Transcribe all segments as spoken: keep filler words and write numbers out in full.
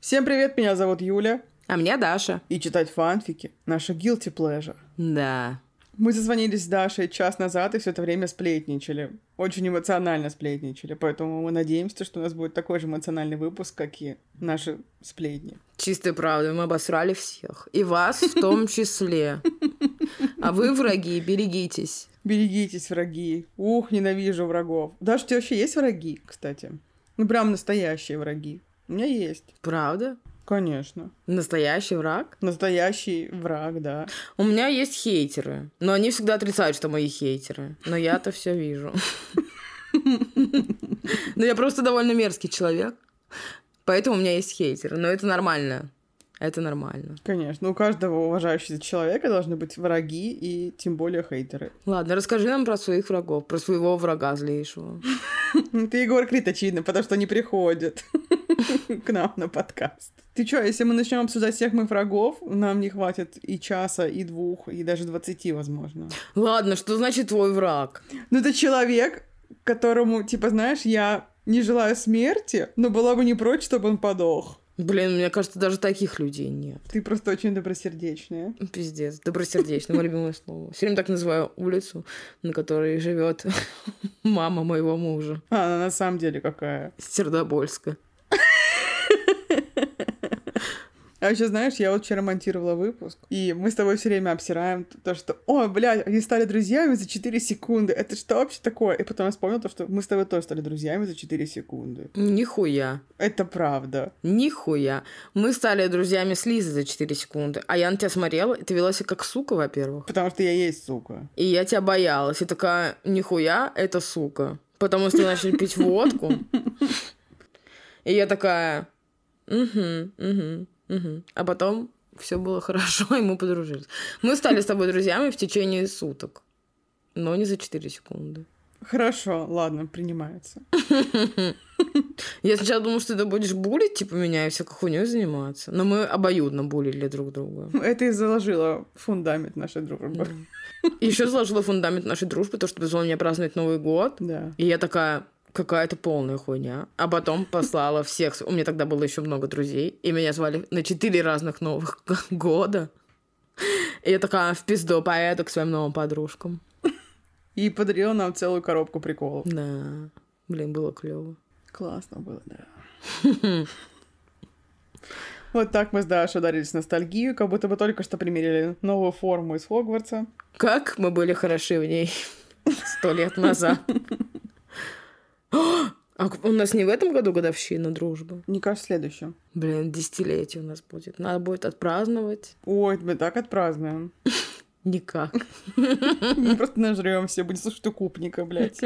Всем привет, меня зовут Юля. А меня Даша. И читать фанфики — наша guilty pleasure. Да. Мы созвонились с Дашей час назад и все это время сплетничали. Очень эмоционально сплетничали, поэтому мы надеемся, что у нас будет такой же эмоциональный выпуск, как и наши сплетни. Чистая правда, мы обосрали всех. И вас в том числе. А вы, враги, берегитесь. Берегитесь, враги. Ух, ненавижу врагов. Даша, у тебя вообще есть враги, кстати? Ну, прям настоящие враги. У меня есть. Правда? Конечно. Настоящий враг? Настоящий враг, да. У меня есть хейтеры, но они всегда отрицают, что мои хейтеры. Но я-то все вижу. Но я просто довольно мерзкий человек, поэтому у меня есть хейтеры. Но это нормально. Это нормально. Конечно. У каждого уважающегося человека должны быть враги и тем более хейтеры. Ладно, расскажи нам про своих врагов, про своего врага злейшего. Это Егор Крид, очевидно, потому что не приходит к нам на подкаст. Ты чё, если мы начнем обсуждать всех моих врагов, нам не хватит и часа, и двух, и даже двадцати, возможно. Ладно, что значит твой враг? Ну, это человек, которому, типа, знаешь, я не желаю смерти, но была бы не прочь, чтобы он подох. Блин, мне кажется, даже таких людей нет. Ты просто очень добросердечная. Пиздец, добросердечный, мое любимое слово. Все время так называю улицу, на которой живет мама моего мужа. А, она на самом деле какая? Сердобольска. А еще, знаешь, я вот вчера монтировала выпуск, и мы с тобой все время обсираем то, что, ой, блядь, они стали друзьями за четыре секунды. Это что вообще такое? И потом я вспомнила то, что мы с тобой тоже стали друзьями за четыре секунды. Нихуя. Это правда. Нихуя. Мы стали друзьями с Лизой за четыре секунды, а я на тебя смотрела, и ты вела себя как сука, во-первых. Потому что я есть сука. И я тебя боялась. И такая, нихуя, это сука. Потому что начали пить водку. И я такая, угу, угу. Угу. А потом все было хорошо, и мы подружились. Мы стали с тобой друзьями в течение суток, но не за четыре секунды. Хорошо, ладно, принимается. Я сначала думала, что ты будешь булить, типа, меня и всякой хуйней заниматься. Но мы обоюдно булили друг друга. Это и заложило фундамент нашей дружбы. Еще заложило фундамент нашей дружбы, потому что позвала меня праздновать Новый год. Да. И я такая... Какая-то полная хуйня. А потом послала всех... У меня тогда было еще много друзей, и меня звали на четыре разных новых года. И я такая, в пизду поеду к своим новым подружкам. И подарила нам целую коробку приколов. Да. Блин, было клево. Классно было, да. Вот так мы с Дашей ударились в ностальгию, как будто бы только что примерили новую форму из Хогвартса. Как мы были хороши в ней сто лет назад. А у нас не в этом году годовщина дружбы? Мне кажется, в следующем. Блин, десятилетие у нас будет. Надо будет отпраздновать. Ой, мы так отпразднуем. Никак. Мы просто нажрёмся, будем слушать укупника, блядь.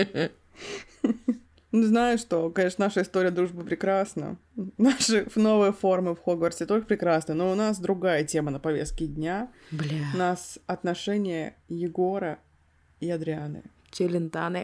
Ну, знаешь что, конечно, наша история дружбы прекрасна. Наши новые формы в Хогвартсе тоже прекрасны, но у нас другая тема на повестке дня. Бля. У нас отношения Егора и Адрианы. Челентаны.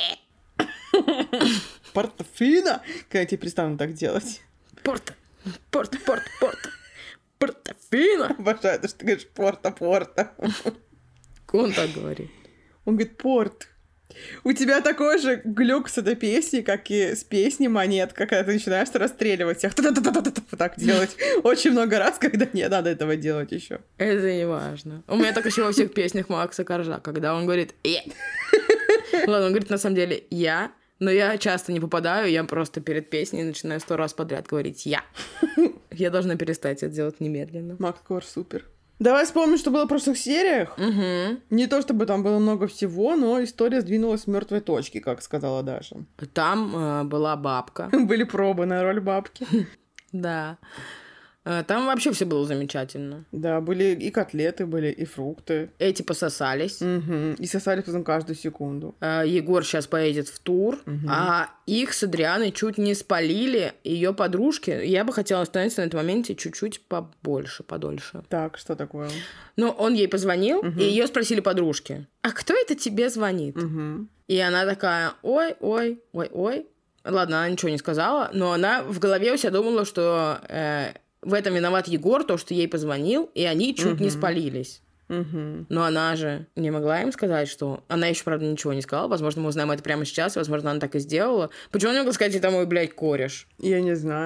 Портофино? Когда я тебе перестану так делать. Порто, порто, порто, порто. Портофино. Обожаю, то, что ты говоришь порто-порто. Он так говорит. Он говорит порт. У тебя такой же глюк с этой песни, как и с песней «Монетка», когда ты начинаешь расстреливать всех. Вот так делать. Очень много раз, когда не надо этого делать еще. Это не важно. У меня так еще во всех песнях Макса Коржа, когда он говорит «я». Ладно, он говорит на самом деле «я», но я часто не попадаю, я просто перед песней начинаю сто раз подряд говорить «я». Я должна перестать это делать немедленно. Макс Корж супер. Давай вспомним, что было в прошлых сериях. Угу. Не то чтобы там было много всего, но история сдвинулась с мертвой точки, как сказала Даша. Там э, была бабка. Были пробы на роль бабки. Да. Там вообще все было замечательно. Да, были и котлеты, были и фрукты. Эти пососались. Угу. И сосались потом каждую секунду. Егор сейчас поедет в тур, угу. А их с Адрианой чуть не спалили ее подружки. Я бы хотела остановиться на этом моменте чуть-чуть побольше, подольше. Так, что такое? Ну, он ей позвонил, угу. И ее спросили подружки: а кто это тебе звонит? Угу. И она такая: ой, ой, ой, ой. Ладно, она ничего не сказала, но она в голове у себя думала, что... Э, в этом виноват Егор, то, что ей позвонил, и они чуть uh-huh. не спалились. Uh-huh. Но она же не могла им сказать, что... Она еще, правда, ничего не сказала. Возможно, мы узнаем это прямо сейчас. Возможно, она так и сделала. Почему она не могла сказать, это мой, блядь, кореш? Я не знаю.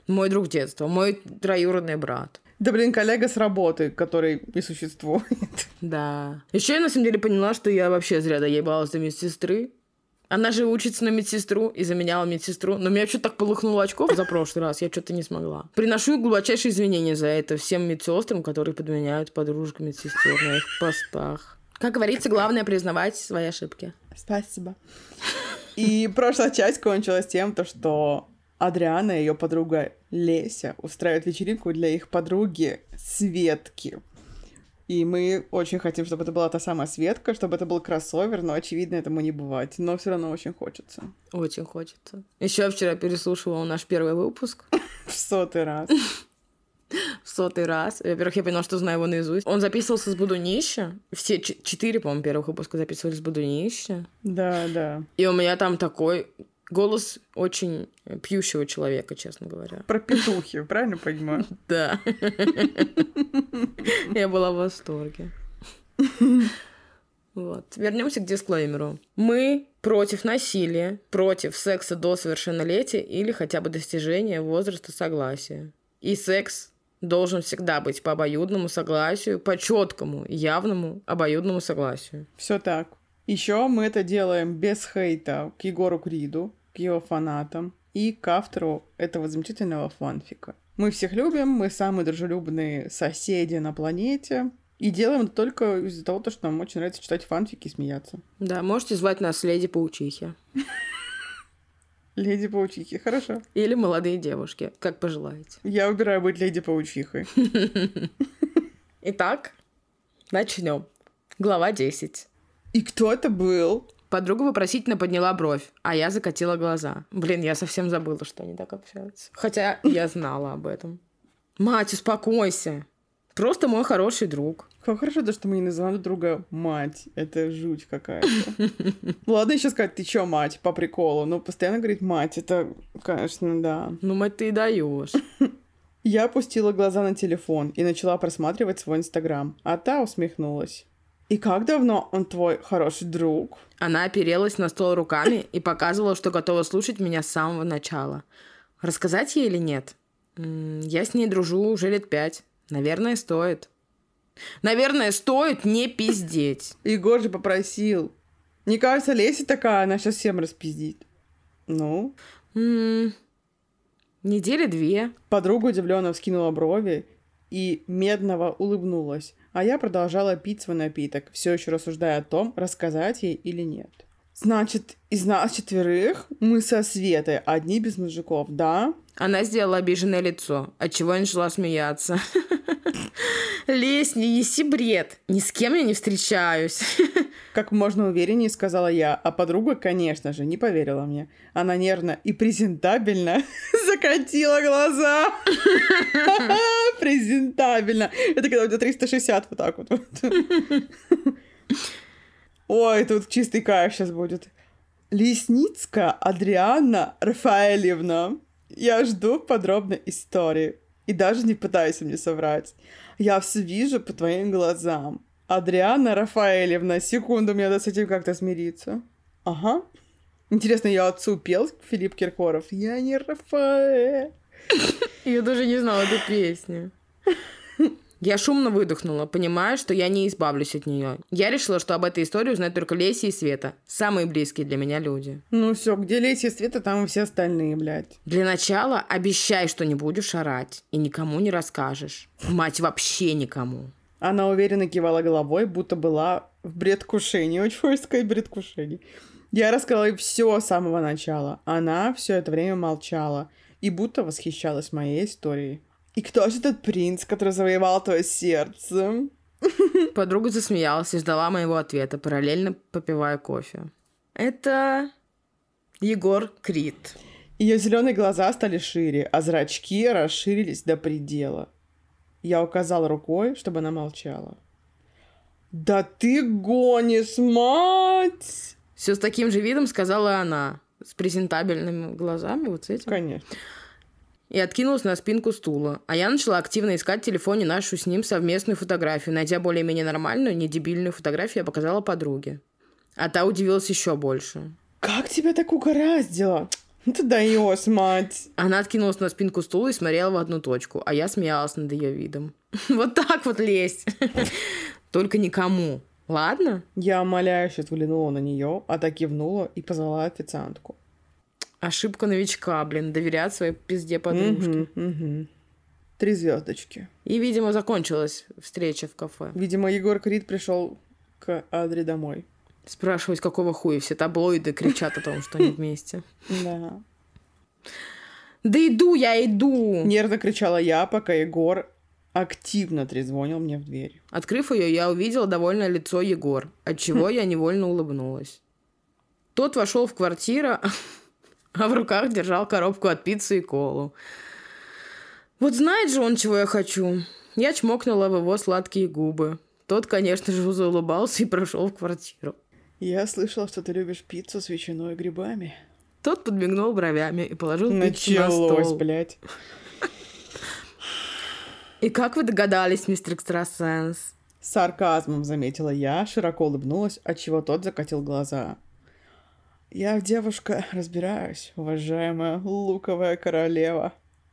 Мой друг детства, мой троюродный брат. Да, блин, коллега с работы, который не существует. Да. Еще я на самом деле поняла, что я вообще зря доебалась до медсестры. Она же учится на медсестру и заменяла медсестру. Но меня что-то так полыхнуло очков за прошлый раз, я что-то не смогла. Приношу глубочайшие извинения за это всем медсестрам, которые подменяют подружек медсестер на их постах. Как говорится, главное признавать свои ошибки. Спасибо. И прошлая часть кончилась тем, то, что Адриана и ее подруга Леся устраивают вечеринку для их подруги Светки. И мы очень хотим, чтобы это была та самая Светка, чтобы это был кроссовер, но, очевидно, этому не бывать. Но все равно очень хочется. Очень хочется. Еще я вчера переслушивала наш первый выпуск. В сотый раз. В сотый раз. Во-первых, я поняла, что знаю его наизусть. Он записывался с Будунища. Все ч- четыре, по-моему, первых выпуска записывались с Будунища. Да, да. И у меня там такой голос очень пьющего человека, честно говоря. Про петухи, правильно понимаю? Да. Я была в восторге. Вот. Вернемся к дисклеймеру. Мы против насилия, против секса до совершеннолетия или хотя бы достижения возраста согласия. И секс должен всегда быть по обоюдному согласию, по четкому, явному обоюдному согласию. Все так. Еще мы это делаем без хейта к Егору Криду, к его фанатам и к автору этого замечательного фанфика. Мы всех любим, мы самые дружелюбные соседи на планете. И делаем это только из-за того, что нам очень нравится читать фанфики и смеяться. Да, можете звать нас Леди-паучихи. Леди-паучихи, хорошо. Или молодые девушки, как пожелаете. Я выбираю быть леди-паучихой. Итак, начнем. Глава десять. И кто это был? Подруга вопросительно подняла бровь, а я закатила глаза. Блин, я совсем забыла, что они так общаются. Хотя я знала об этом. Мать, успокойся. Просто мой хороший друг. Как хорошо, то, что мы не называем друг друга мать. Это жуть какая-то. Ладно еще сказать, ты чё, мать, по приколу. Но постоянно говорить мать, это, конечно, да. Ну, мать, ты и даешь. Я опустила глаза на телефон и начала просматривать свой Инстаграм. А та усмехнулась. И как давно он твой хороший друг? Она оперелась на стол руками и показывала, что готова слушать меня с самого начала. Рассказать ей или нет? М-м, я с ней дружу уже лет пять. Наверное, стоит. Наверное, стоит не пиздеть. Егор же попросил. Мне кажется, Леся такая, она сейчас всем распиздит. Ну? М-м, недели две. Подруга удивленно вскинула брови и медново улыбнулась. А я продолжала пить свой напиток, все еще рассуждая о том, рассказать ей или нет. Значит, из нас четверых мы со Светой одни без мужиков, да? Она сделала обиженное лицо, отчего я начала смеяться. Лесь, не неси бред. Ни с кем я не встречаюсь. Как можно увереннее сказала я, а подруга, конечно же, не поверила мне. Она нервно и презентабельно закатила глаза. Презентабельно. Это когда у тебя триста шестьдесят вот так вот. Ой, тут чистый кайф сейчас будет. Лесницкая Адриана Рафаэльевна. Я жду подробной истории. И даже не пытайся мне соврать. Я все вижу по твоим глазам. Адриана Рафаэльевна, секунду, мне надо с этим как-то смириться. Ага. Интересно, я отцу пел Филипп Киркоров? Я не Рафаэль. Я даже не знала эту песню. Я шумно выдохнула, понимая, что я не избавлюсь от нее. Я решила, что об этой истории узнают только Леся и Света. Самые близкие для меня люди. Ну все, где Леся и Света, там и все остальные, блядь. Для начала обещай, что не будешь орать и никому не расскажешь. Мать, вообще никому. Она уверенно кивала головой, будто была в предвкушении. Очень хочется сказать предвкушении. Я рассказала ей все с самого начала. Она все это время молчала и будто восхищалась моей историей. И кто же этот принц, который завоевал твое сердце? Подруга засмеялась и ждала моего ответа, параллельно попивая кофе. Это Егор Крид. Ее зеленые глаза стали шире, а зрачки расширились до предела. Я указала рукой, чтобы она молчала. «Да ты гонишь, мать!» Все с таким же видом сказала она, с презентабельными глазами, вот с этим. Конечно. И откинулась на спинку стула. А я начала активно искать в телефоне нашу с ним совместную фотографию. Найдя более-менее нормальную, не дебильную фотографию, я показала подруге. А та удивилась еще больше. «Как тебя так угораздило? Ты даешь, мать. Она откинулась на спинку стула и смотрела в одну точку, а я смеялась над ее видом. Вот так вот лезть. Только никому. Ладно? Я умоляюще взглянула на нее, а та кивнула и позвала официантку. Ошибка новичка, блин, доверять своей пизде подружке. Угу, угу. Три звездочки. И, видимо, закончилась встреча в кафе. Видимо, Егор Крид пришел к Адре домой. Спрашивать, какого хуя все таблоиды кричат о том, что они вместе. Да. Да иду я, иду! Нервно кричала я, пока Егор активно трезвонил мне в дверь. Открыв ее, я увидела довольное лицо Егор, отчего я невольно улыбнулась. Тот вошел в квартиру, а в руках держал коробку от пиццы и колу. Вот знает же он, чего я хочу. Я чмокнула в его сладкие губы. Тот, конечно же, заулыбался и прошел в квартиру. Я слышала, что ты любишь пиццу с ветчиной и грибами. Тот подмигнул бровями и положил пиццу на Началось, стол. блядь. И как вы догадались, мистер Экстрасенс? С сарказмом заметила я, широко улыбнулась, отчего тот закатил глаза. Я в девушка разбираюсь, уважаемая луковая королева.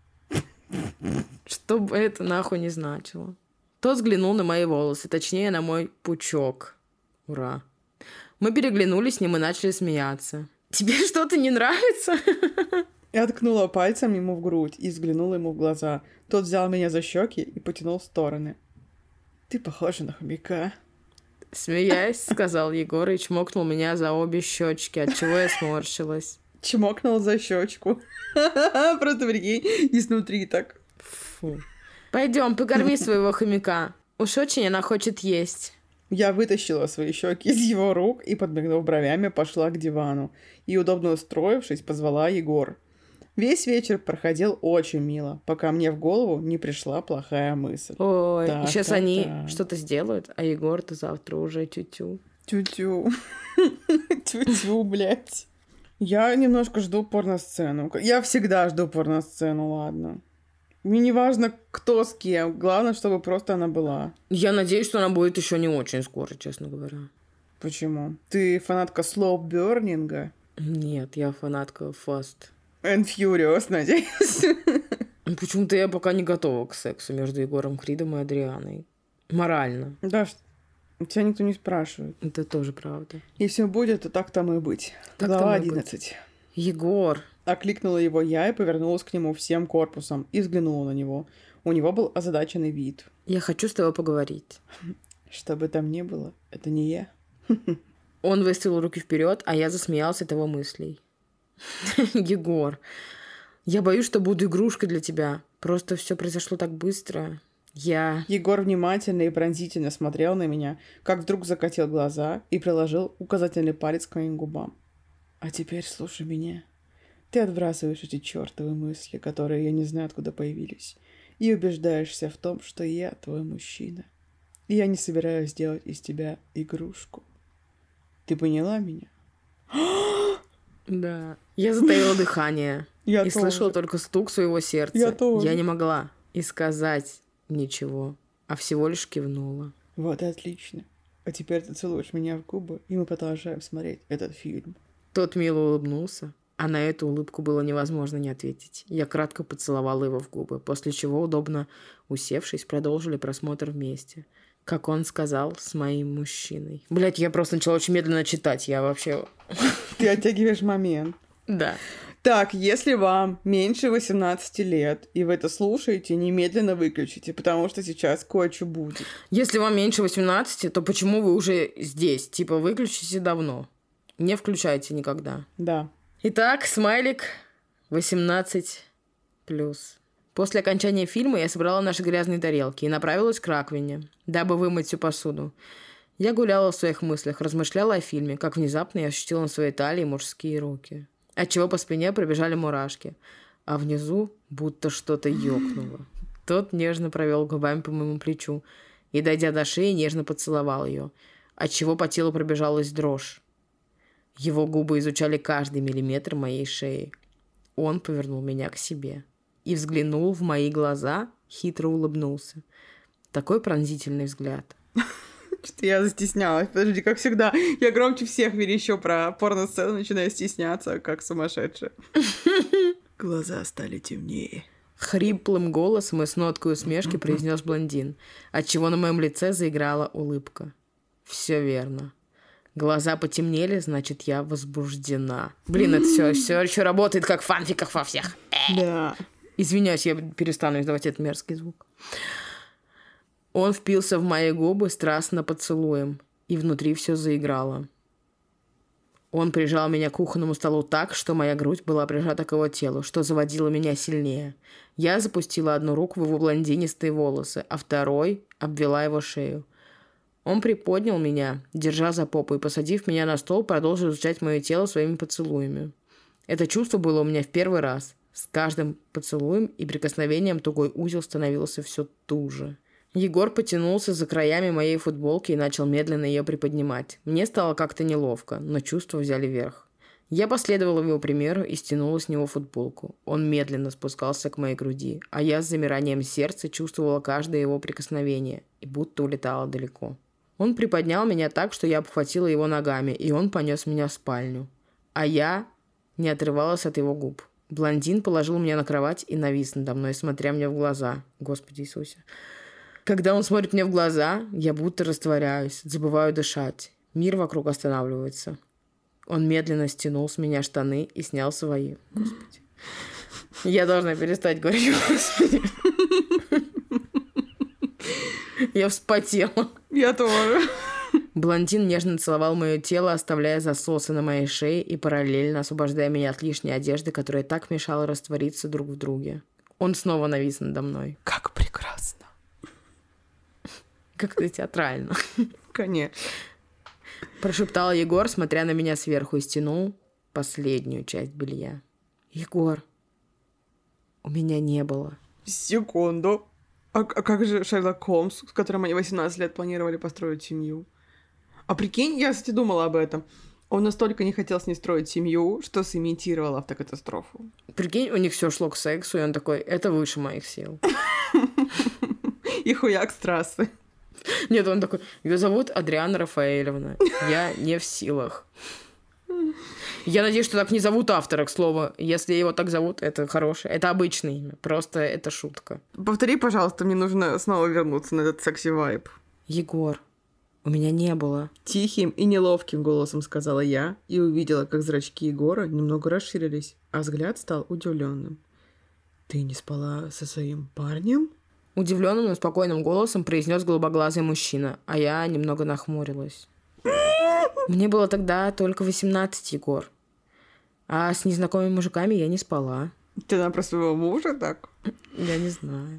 Что бы это нахуй не значило. Тот взглянул на мои волосы, точнее, на мой пучок. Ура. Мы переглянулись с ним и начали смеяться. Тебе что-то не нравится? Я ткнула пальцем ему в грудь и взглянула ему в глаза. Тот взял меня за щеки и потянул в стороны. Ты похожа на хомяка. Смеясь, сказал Егор и чмокнул меня за обе щечки, от чего я сморщилась. Чмокнул за щечку. Просто прикинь, изнутри так. Фу. Пойдем, покорми своего хомяка. Уж очень она хочет есть. Я вытащила свои щеки из его рук и, подмигнув бровями, пошла к дивану. И, удобно устроившись, позвала Егор. Весь вечер проходил очень мило, пока мне в голову не пришла плохая мысль. Ой, Так, сейчас так, они так. что-то сделают, а Егор-то завтра уже тю-тю. Тю-тю. Тю-тю, блядь. Я немножко жду порносцену. Я всегда жду порносцену, ладно. Мне не важно, кто с кем. Главное, чтобы просто она была. Я надеюсь, что она будет еще не очень скоро, честно говоря. Почему? Ты фанатка слоу-бернинга? Нет, я фанатка Fast. And Furious, надеюсь. Почему-то я пока не готова к сексу между Егором Кридом и Адрианой. Морально. Да, тебя никто не спрашивает. Это тоже правда. Если будет, то так тому и быть. Так Глава тому и быть. одиннадцать. Егор. Окликнула его я и повернулась к нему всем корпусом и взглянула на него. У него был озадаченный вид. Я хочу с тобой поговорить. Что бы там ни было, это не я. Он выставил руки вперед, а я засмеялась от его мыслей. Егор, я боюсь, что буду игрушкой для тебя. Просто все произошло так быстро. Я... Егор внимательно и пронзительно смотрел на меня, как вдруг закатил глаза и приложил указательный палец к моим губам. А теперь слушай меня. Ты отбрасываешь эти чертовы мысли, которые я не знаю, откуда появились, и убеждаешься в том, что я твой мужчина. И я не собираюсь делать из тебя игрушку. Ты поняла меня? Да. Я затаила дыхание. Я и тоже. слышала только стук своего сердца. Я тоже. Я не могла и сказать ничего, а всего лишь кивнула. Вот и отлично. А теперь ты целуешь меня в губы, и мы продолжаем смотреть этот фильм. Тот мило улыбнулся, а на эту улыбку было невозможно не ответить. Я кратко поцеловала его в губы, после чего, удобно усевшись, продолжили просмотр вместе. Как он сказал, с моим мужчиной. Блять, я просто начала очень медленно читать. Я вообще... Ты оттягиваешь момент. Да. Так, если вам меньше восемнадцати лет, и вы это слушаете, немедленно выключите, потому что сейчас кое-что будет. Если вам меньше восемнадцати, то почему вы уже здесь? Типа, выключите давно. Не включайте никогда. Да. Итак, смайлик восемнадцать плюс. После окончания фильма я собрала наши грязные тарелки и направилась к раковине, дабы вымыть всю посуду. Я гуляла в своих мыслях, размышляла о фильме, как внезапно я ощутила на своей талии мужские руки, отчего по спине пробежали мурашки, а внизу будто что-то ёкнуло. Тот нежно провел губами по моему плечу и, дойдя до шеи, нежно поцеловал ее, отчего по телу пробежалась дрожь. Его губы изучали каждый миллиметр моей шеи. Он повернул меня к себе и взглянул в мои глаза, хитро улыбнулся. Такой пронзительный взгляд. Что-то я застеснялась. Подожди, как всегда, я громче всех верещу про порно-сцену, начинаю стесняться, как сумасшедшая. Глаза стали темнее. Хриплым голосом и с ноткой усмешки произнес блондин, отчего на моем лице заиграла улыбка. Все верно. Глаза потемнели, значит, я возбуждена. Блин, это все, все еще работает, как в фанфиках во всех. Да. Извиняюсь, я перестану издавать этот мерзкий звук. Он впился в мои губы страстно поцелуем, и внутри все заиграло. Он прижал меня к кухонному столу так, что моя грудь была прижата к его телу, что заводило меня сильнее. Я запустила одну руку в его блондинистые волосы, а второй обвела его шею. Он приподнял меня, держа за попу, и, посадив меня на стол, продолжил изучать мое тело своими поцелуями. Это чувство было у меня в первый раз. С каждым поцелуем и прикосновением тугой узел становился все туже. Егор потянулся за краями моей футболки и начал медленно ее приподнимать. Мне стало как-то неловко, но чувства взяли верх. Я последовала его примеру и стянула с него футболку. Он медленно спускался к моей груди, а я с замиранием сердца чувствовала каждое его прикосновение и будто улетала далеко. Он приподнял меня так, что я обхватила его ногами, и он понес меня в спальню. А я не отрывалась от его губ. Блондин положил меня на кровать и навис надо мной, смотря мне в глаза. Господи Иисусе. Когда он смотрит мне в глаза, я будто растворяюсь, забываю дышать. Мир вокруг останавливается. Он медленно стянул с меня штаны и снял свои. Господи. Я должна перестать говорить, Господи. Я вспотела. Я тоже. Блондин нежно целовал мое тело, оставляя засосы на моей шее и параллельно освобождая меня от лишней одежды, которая так мешала раствориться друг в друге. Он снова навис надо мной. Как прекрасно. Как-то театрально. Конечно. Прошептал Егор, смотря на меня сверху, и стянул последнюю часть белья. Егор, у меня не было. Секунду. А, а как же Шерлок Холмс, с которым они восемнадцать лет планировали построить семью? А прикинь, я, кстати, думала об этом. Он настолько не хотел с ней строить семью, что сымитировал автокатастрофу. Прикинь, у них все шло к сексу, и он такой, это выше моих сил. И хуяк с трассы. Нет, он такой, ее зовут Адриана Рафаэлевна, я не в силах. Я надеюсь, что так не зовут автора, к слову. Если его так зовут, это хорошее. Это обычное имя, просто это шутка. Повтори, пожалуйста, мне нужно снова вернуться на этот секси-вайб. Егор, у меня не было. Тихим и неловким голосом сказала я и увидела, как зрачки Егора немного расширились, а взгляд стал удивленным. Ты не спала со своим парнем? Удивленным, но спокойным голосом произнес голубоглазый мужчина, а я немного нахмурилась. Мне было тогда только восемнадцать, Егор. А с незнакомыми мужиками я не спала. Ты она про своего мужа так? Я не знаю.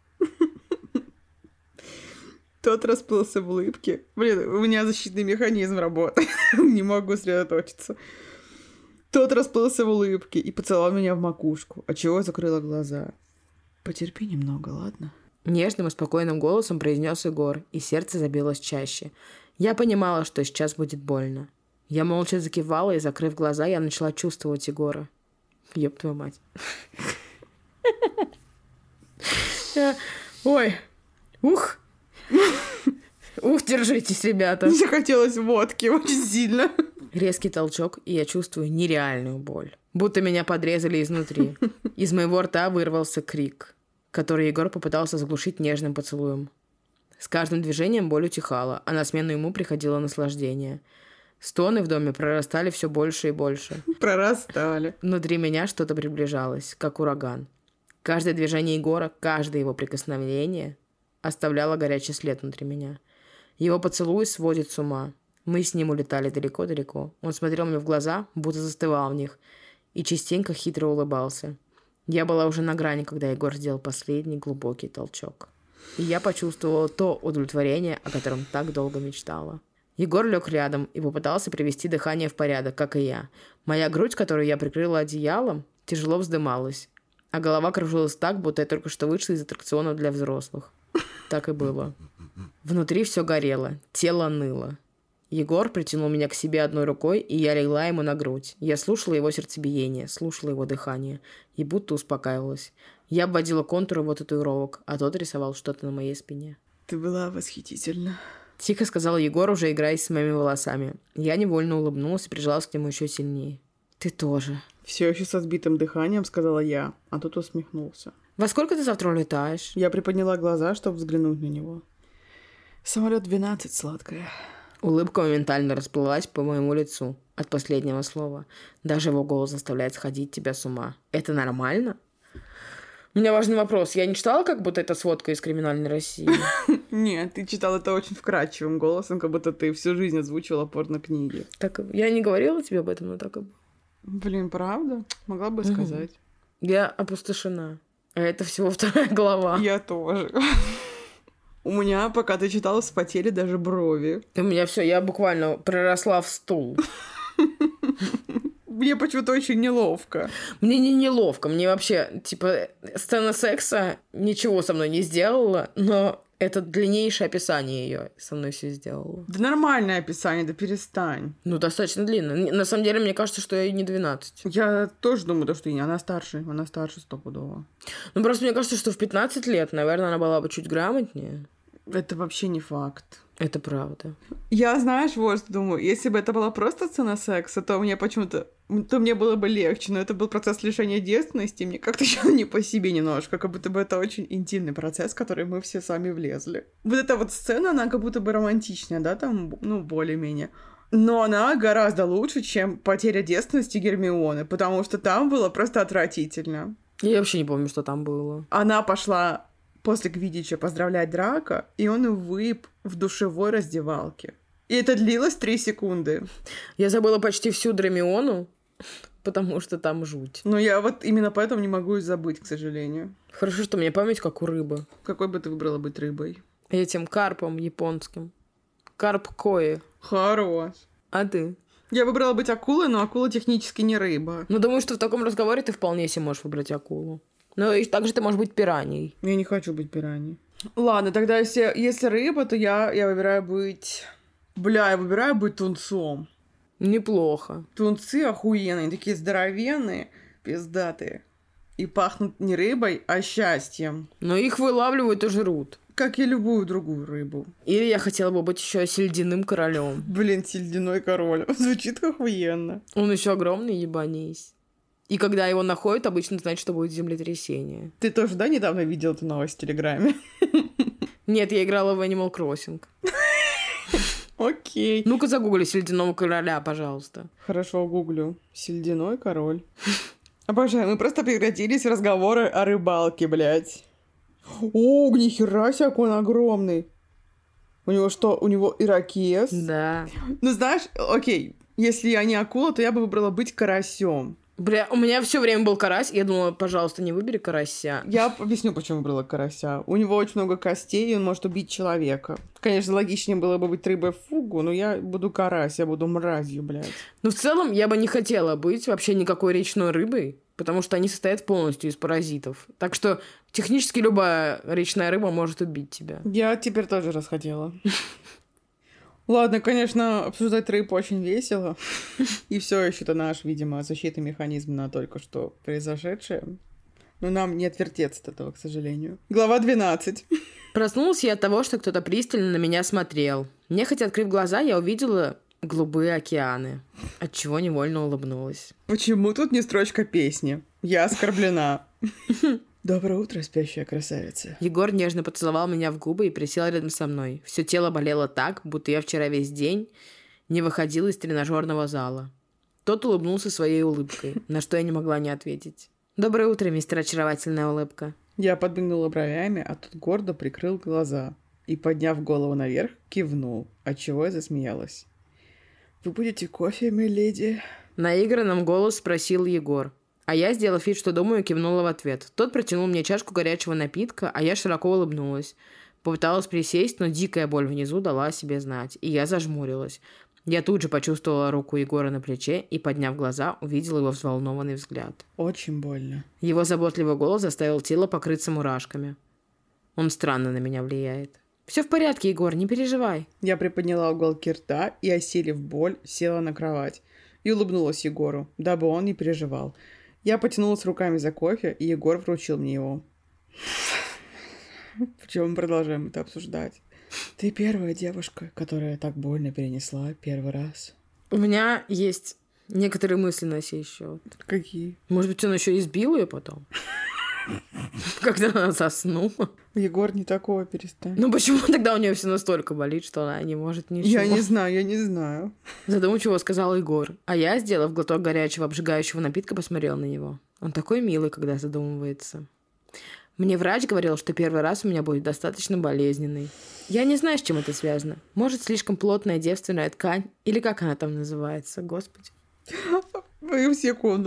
Тот расплылся в улыбке. Блин, у меня защитный механизм работает. Не могу сосредоточиться. Тот расплылся в улыбке и поцеловал меня в макушку, отчего я закрыла глаза. Потерпи немного, ладно? Нежным и спокойным голосом произнес Егор, и сердце забилось чаще. Я понимала, что сейчас будет больно. Я молча закивала, и, закрыв глаза, я начала чувствовать Егора. Ёб твою мать. Ой. Ух. Ух, держитесь, ребята. Мне захотелось водки очень сильно. Резкий толчок, и я чувствую нереальную боль. Будто меня подрезали изнутри. Из моего рта вырвался крик, который Егор попытался заглушить нежным поцелуем. С каждым движением боль утихала, а на смену ему приходило наслаждение. Стоны в доме прорастали все больше и больше. Прорастали. Внутри меня что-то приближалось, как ураган. Каждое движение Егора, каждое его прикосновение оставляло горячий след внутри меня. Его поцелуй сводит с ума. Мы с ним улетали далеко-далеко. Он смотрел мне в глаза, будто застывал в них, и частенько хитро улыбался. Я была уже на грани, когда Егор сделал последний глубокий толчок. И я почувствовала то удовлетворение, о котором так долго мечтала. Егор лег рядом и попытался привести дыхание в порядок, как и я. Моя грудь, которую я прикрыла одеялом, тяжело вздымалась, а голова кружилась так, будто я только что вышла из аттракционов для взрослых. Так и было. Внутри все горело, тело ныло. Егор притянул меня к себе одной рукой, и я легла ему на грудь. Я слушала его сердцебиение, слушала его дыхание и будто успокаивалась. Я обводила контуры его татуировок, а тот рисовал что-то на моей спине. Ты была восхитительна. Тихо сказал Егор, уже играясь с моими волосами. Я невольно улыбнулась и прижалась к нему еще сильнее. Ты тоже. Все еще со сбитым дыханием сказала я, а тут усмехнулся. Во сколько ты завтра улетаешь? Я приподняла глаза, чтобы взглянуть на него. Самолет двенадцать, сладкая. Улыбка моментально расплылась по моему лицу от последнего слова. Даже его голос заставляет сходить тебя с ума. Это нормально? У меня важный вопрос. Я не читала, как будто это сводка из «Криминальной России»? Нет, ты читал это очень вкрадчивым голосом, как будто ты всю жизнь озвучивала порно-книги. Так, я не говорила тебе об этом, но так и было. Блин, правда? Могла бы сказать. Я опустошена. А это всего вторая глава. Я тоже. У меня, пока ты читала, вспотели даже брови. У меня все, я буквально проросла в стул. Мне почему-то очень неловко. Мне не неловко, мне вообще, типа, сцена секса ничего со мной не сделала, но это длиннейшее описание ее со мной все сделало. Да нормальное описание, да перестань. Ну, достаточно длинно. На самом деле, мне кажется, что ей не двенадцать. Я тоже думаю, то, что и она старше, она старше стопудово. Ну, просто мне кажется, что в пятнадцать лет, наверное, она была бы чуть грамотнее. Это вообще не факт. Это правда. Я, знаешь, вот что думаю, если бы это была просто сцена секса, то мне почему-то, то мне было бы легче, но это был процесс лишения девственности, мне как-то еще не по себе немножко, как будто бы это очень интимный процесс, в который мы все сами влезли. Вот эта вот сцена, она как будто бы романтичная, да, там, ну, более-менее. Но она гораздо лучше, чем потеря девственности Гермионы, потому что там было просто отвратительно. Я вообще не помню, что там было. Она пошла после Квиддича поздравлять Драко, и он его выеб в душевой раздевалке. И это длилось три секунды. Я забыла почти всю Драмиону, потому что там жуть. Но я вот именно поэтому не могу и забыть, к сожалению. Хорошо, что у меня память как у рыбы. Какой бы ты выбрала быть рыбой? Этим карпом японским. Карп кои. Хорош. А ты? Я выбрала быть акулой, но акула технически не рыба. Ну, думаю, что в таком разговоре ты вполне себе можешь выбрать акулу. Ну, и также ты можешь быть пираньей. Я не хочу быть пираньей. Ладно, тогда если, если рыба, то я, я выбираю быть... Бля, я выбираю быть тунцом. Неплохо. Тунцы охуенные, такие здоровенные, пиздатые. И пахнут не рыбой, а счастьем. Но их вылавливают и жрут. Как и любую другую рыбу. Или я хотела бы быть еще сельдяным королем. Блин, сельдяной король. Звучит охуенно. Он еще огромный ебанись. И когда его находят, обычно значит, что будет землетрясение. Ты тоже, да, недавно видел эту новость в Телеграме? Нет, я играла в Animal Crossing. Окей. Ну-ка загугли сельдяного короля, пожалуйста. Хорошо, гуглю. Сельдяной король. Обожаю, мы просто прекратились в разговоры о рыбалке, блядь. О, нихера себе, какой он огромный. У него что, у него ирокез? Да. Ну, знаешь, окей, если я не акула, то я бы выбрала быть карасем. Бля, у меня все время был карась, я думала, пожалуйста, не выбери карася. Я объясню, почему выбрала карася. У него очень много костей, и он может убить человека. Конечно, логичнее было бы быть рыбой фугу, но я буду карась, я буду мразью, блядь. Но в целом я бы не хотела быть вообще никакой речной рыбой, потому что они состоят полностью из паразитов. Так что технически любая речная рыба может убить тебя. Я теперь тоже расхотела. Ладно, конечно, обсуждать рыб очень весело. И все еще это наш, видимо, защитный механизм на только что произошедшее. Но нам не отвертеться от этого, к сожалению. Глава двенадцать. Проснулась я от того, что кто-то пристально на меня смотрел. Нехотя открыв глаза, я увидела голубые океаны, отчего невольно улыбнулась. Почему тут не строчка песни? Я оскорблена. Доброе утро, спящая красавица. Егор нежно поцеловал меня в губы и присел рядом со мной. Все тело болело так, будто я вчера весь день не выходила из тренажерного зала. Тот улыбнулся своей улыбкой, на что я не могла не ответить. Доброе утро, мистер очаровательная улыбка. Я подмигнула бровями, а тот гордо прикрыл глаза и, подняв голову наверх, кивнул, отчего я засмеялась. Вы будете кофе, миледи? Наигранным голос спросил Егор. А я, сделав вид, что думаю, кивнула в ответ. Тот протянул мне чашку горячего напитка, а я широко улыбнулась. Попыталась присесть, но дикая боль внизу дала о себе знать, и я зажмурилась. Я тут же почувствовала руку Егора на плече и, подняв глаза, увидела его взволнованный взгляд. Очень больно. Его заботливый голос заставил тело покрыться мурашками. Он странно на меня влияет. «Все в порядке, Егор, не переживай». Я приподняла уголки рта и, осилив боль, села на кровать и улыбнулась Егору, дабы он не переживал. Я потянулась руками за кофе, и Егор вручил мне его. Причем мы продолжаем это обсуждать. Ты первая девушка, которая так больно перенесла первый раз. У меня есть некоторые мысли на сей счет. Какие? Может быть, он еще избил ее потом? Когда она заснула. Егор, не такого перестань. Ну почему тогда у нее все настолько болит, что она не может ничего? Я не знаю, я не знаю. Задумчиво сказал Егор. А я, сделав глоток горячего обжигающего напитка, посмотрела на него. Он такой милый, когда задумывается. Мне врач говорил, что первый раз у меня будет достаточно болезненный. Я не знаю, с чем это связано. Может, слишком плотная девственная ткань? Или как она там называется? Господи. В секунду.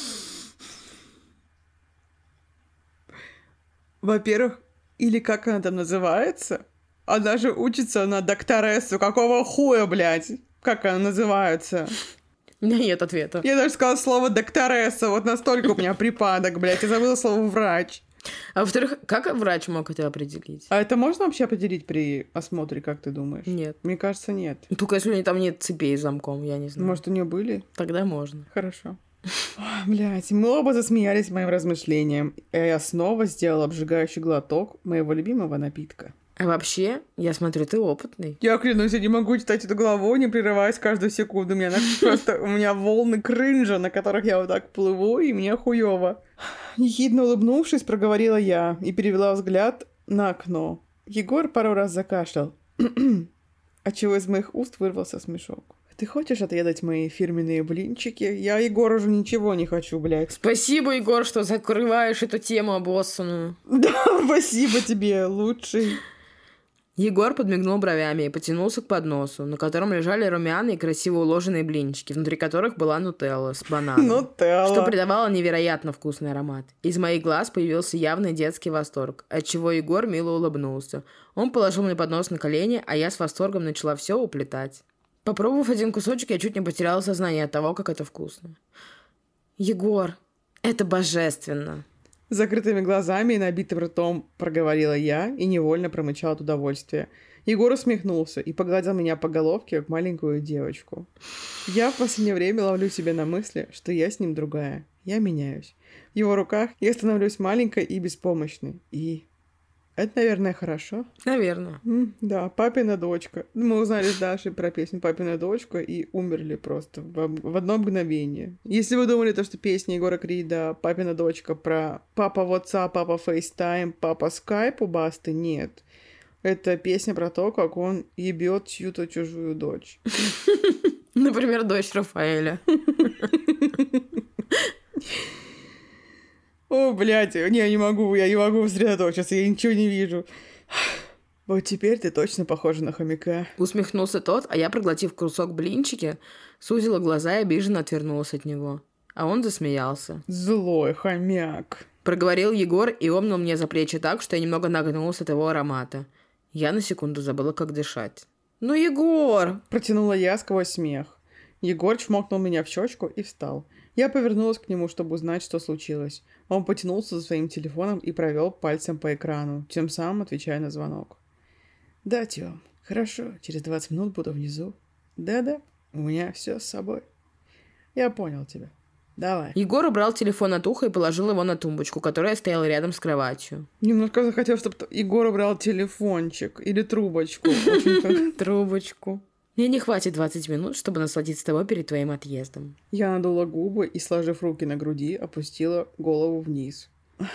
Во-первых, или как она там называется? Она же учится на докторессу. Какого хуя, блядь? Как она называется? У меня нет ответа. Я даже сказала слово докторесса. Вот настолько у меня припадок, блядь. Я забыла слово врач. А во-вторых, как врач мог это определить? А это можно вообще определить при осмотре, как ты думаешь? Нет. Мне кажется, нет. Только если у нее там нет цепей с замком, я не знаю. Может, у нее были? Тогда можно. Хорошо. Блять, мы оба засмеялись моим размышлениям. И я снова сделала обжигающий глоток моего любимого напитка. А вообще, я смотрю, ты опытный. Я клянусь, я не могу читать эту главу, не прерываясь каждую секунду. У меня просто у меня волны кринжа, на которых я вот так плыву, и мне хуёво. Ехидно улыбнувшись, проговорила я и перевела взгляд на окно. Егор пару раз закашлял, отчего из моих уст вырвался смешок. Ты хочешь отведать мои фирменные блинчики? Я, Егор, уже ничего не хочу, блядь. Спасибо, Егор, что закрываешь эту тему обоссанную. Да, спасибо тебе, лучший. Егор подмигнул бровями и потянулся к подносу, на котором лежали румяные, красиво уложенные блинчики, внутри которых была нутелла с бананом. Нутелла. Что придавало невероятно вкусный аромат. Из моих глаз появился явный детский восторг, отчего Егор мило улыбнулся. Он положил мне поднос на колени, а я с восторгом начала все уплетать. Попробовав один кусочек, я чуть не потеряла сознание от того, как это вкусно. Егор, это божественно. С закрытыми глазами и набитым ртом проговорила я и невольно промычала от удовольствия. Егор усмехнулся и погладил меня по головке, как маленькую девочку. Я в последнее время ловлю себя на мысли, что я с ним другая. Я меняюсь. В его руках я становлюсь маленькой и беспомощной. И это, наверное, хорошо. Наверное. М, да, папина дочка. Мы узнали с Дашей про песню «Папина дочка» и умерли просто в, в одно мгновение. Если вы думали, то, что песня Егора Крида «Папина дочка» про папа WhatsApp, папа FaceTime, папа Skype у Басты, нет. Это песня про то, как он ебет чью-то чужую дочь. Например, дочь Рафаэля. О, блядь, не, я не могу, я не могу сосредоточиться, я ничего не вижу. Вот теперь ты точно похожа на хомяка. Усмехнулся тот, а я, проглотив кусок блинчики, сузила глаза и обиженно отвернулась от него. А он засмеялся. Злой хомяк. Проговорил Егор и обнял меня за плечи так, что я немного нагнулась от его аромата. Я на секунду забыла, как дышать. «Ну, Егор!» Протянула я сквозь смех. Егор чмокнул меня в щечку и встал. Я повернулась к нему, чтобы узнать, что случилось. Он потянулся за своим телефоном и провел пальцем по экрану, тем самым отвечая на звонок. «Да, Тём, хорошо, через двадцать минут буду внизу. Да-да, у меня все с собой. Я понял тебя. Давай». Егор убрал телефон от уха и положил его на тумбочку, которая стояла рядом с кроватью. Немножко захотел, чтобы Егор убрал телефончик или трубочку. Трубочку. Мне не хватит двадцать минут, чтобы насладиться тобой перед твоим отъездом. Я надула губы и, сложив руки на груди, опустила голову вниз.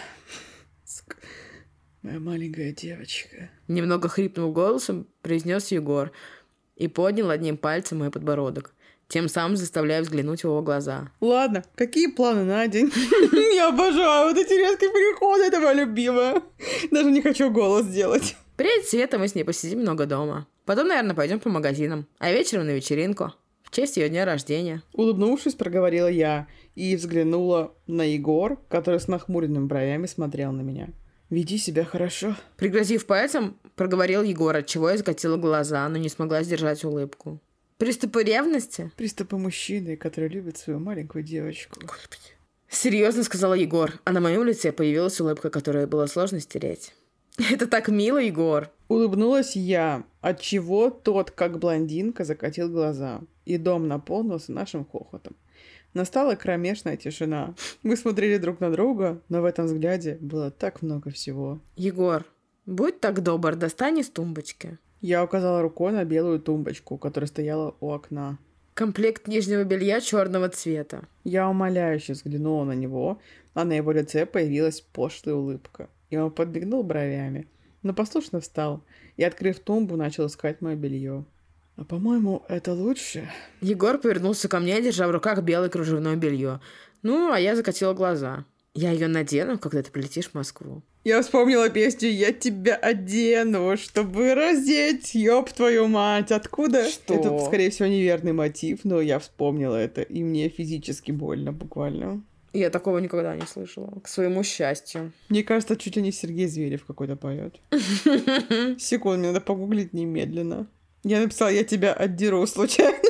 Моя маленькая девочка. Немного хрипнув голосом, произнес Егор и поднял одним пальцем мой подбородок, тем самым заставляя взглянуть в его глаза. Ладно, какие планы на день? Я обожаю вот эти резкие переходы, это моя любимая. Даже не хочу голос делать. Перед Светой мы с ней посидим много дома. Потом, наверное, пойдем по магазинам. А вечером на вечеринку. В честь ее дня рождения. Улыбнувшись, проговорила я и взглянула на Егор, который с нахмуренными бровями смотрел на меня. «Веди себя хорошо». Пригрозив пальцем, проговорил Егор, отчего я закатила глаза, но не смогла сдержать улыбку. Приступы ревности? Приступы мужчины, который любит свою маленькую девочку. Господи. Серьезно, сказала Егор, а на моем лице появилась улыбка, которую было сложно стереть. Это так мило, Егор. Улыбнулась я, отчего тот, как блондинка, закатил глаза, и дом наполнился нашим хохотом. Настала кромешная тишина. Мы смотрели друг на друга, но в этом взгляде было так много всего. Егор, будь так добр, достань из тумбочки. Я указала рукой на белую тумбочку, которая стояла у окна. Комплект нижнего белья черного цвета. Я умоляюще взглянула на него, а на его лице появилась пошлая улыбка. И он подмигнул бровями, но послушно встал и, открыв тумбу, начал искать мое белье. А по-моему, это лучше. Егор повернулся ко мне, держа в руках белое кружевное белье. Ну, а я закатила глаза. Я ее надену, когда ты прилетишь в Москву. Я вспомнила песню «Я тебя одену, чтобы раздеть, ёб твою мать». Откуда? Что? Это, скорее всего, неверный мотив, но я вспомнила это, и мне физически больно буквально. Я такого никогда не слышала, к своему счастью. Мне кажется, чуть ли не Сергей Зверев какой-то поет. Секунду, мне надо погуглить немедленно. Я написала «Я тебя отдеру» случайно.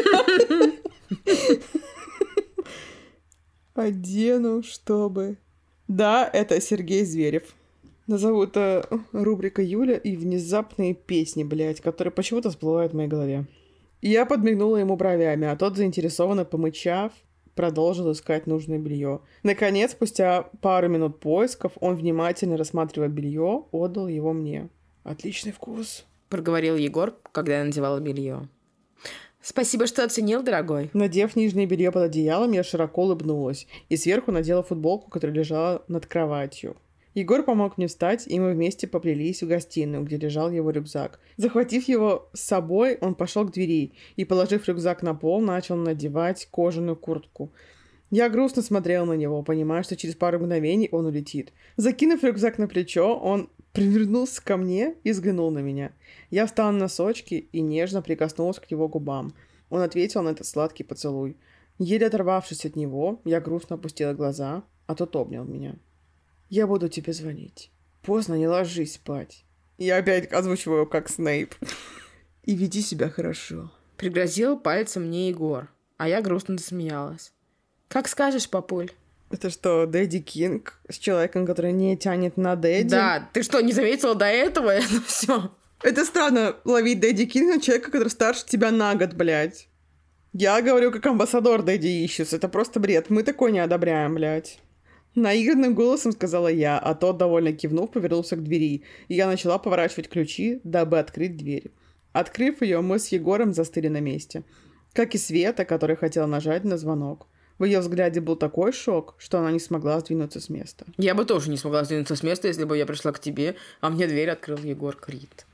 Одену, чтобы... Да, это Сергей Зверев. Назову это рубрика Юля и внезапные песни, блядь, которые почему-то всплывают в моей голове. Я подмигнула ему бровями, а тот, заинтересованно помычав, продолжил искать нужное белье. Наконец, спустя пару минут поисков, он, внимательно рассматривая белье, отдал его мне. Отличный вкус, проговорил Егор, когда я надевала белье. Спасибо, что оценил, дорогой. Надев нижнее белье под одеялом, я широко улыбнулась и сверху надела футболку, которая лежала над кроватью. Егор помог мне встать, и мы вместе поплелись в гостиную, где лежал его рюкзак. Захватив его с собой, он пошел к двери и, положив рюкзак на пол, начал надевать кожаную куртку. Я грустно смотрела на него, понимая, что через пару мгновений он улетит. Закинув рюкзак на плечо, он привернулся ко мне и взглянул на меня. Я встала на носочки и нежно прикоснулась к его губам. Он ответил на этот сладкий поцелуй. Еле оторвавшись от него, я грустно опустила глаза, а тот обнял меня. «Я буду тебе звонить. Поздно, не ложись спать». Я опять озвучиваю как Снейп. «И веди себя хорошо». Пригрозил пальцем мне Егор, а я грустно засмеялась. «Как скажешь, папуль». Это что, Дэдди Кинг с человеком, который не тянет на Дэдди? Да, ты что, не заметила до этого? Это все. Это странно, ловить Дэдди Кинга, человека, который старше тебя на год, блядь. Я говорю, как амбассадор Дэдди Ищус. Это просто бред. Мы такое не одобряем, блядь. Наигранным голосом сказала я, а тот, довольно кивнув, повернулся к двери, и я начала поворачивать ключи, дабы открыть дверь. Открыв ее, мы с Егором застыли на месте. Как и Света, которая хотела нажать на звонок. В ее взгляде был такой шок, что она не смогла сдвинуться с места. Я бы тоже не смогла сдвинуться с места, если бы я пришла к тебе, а мне дверь открыл Егор Крид.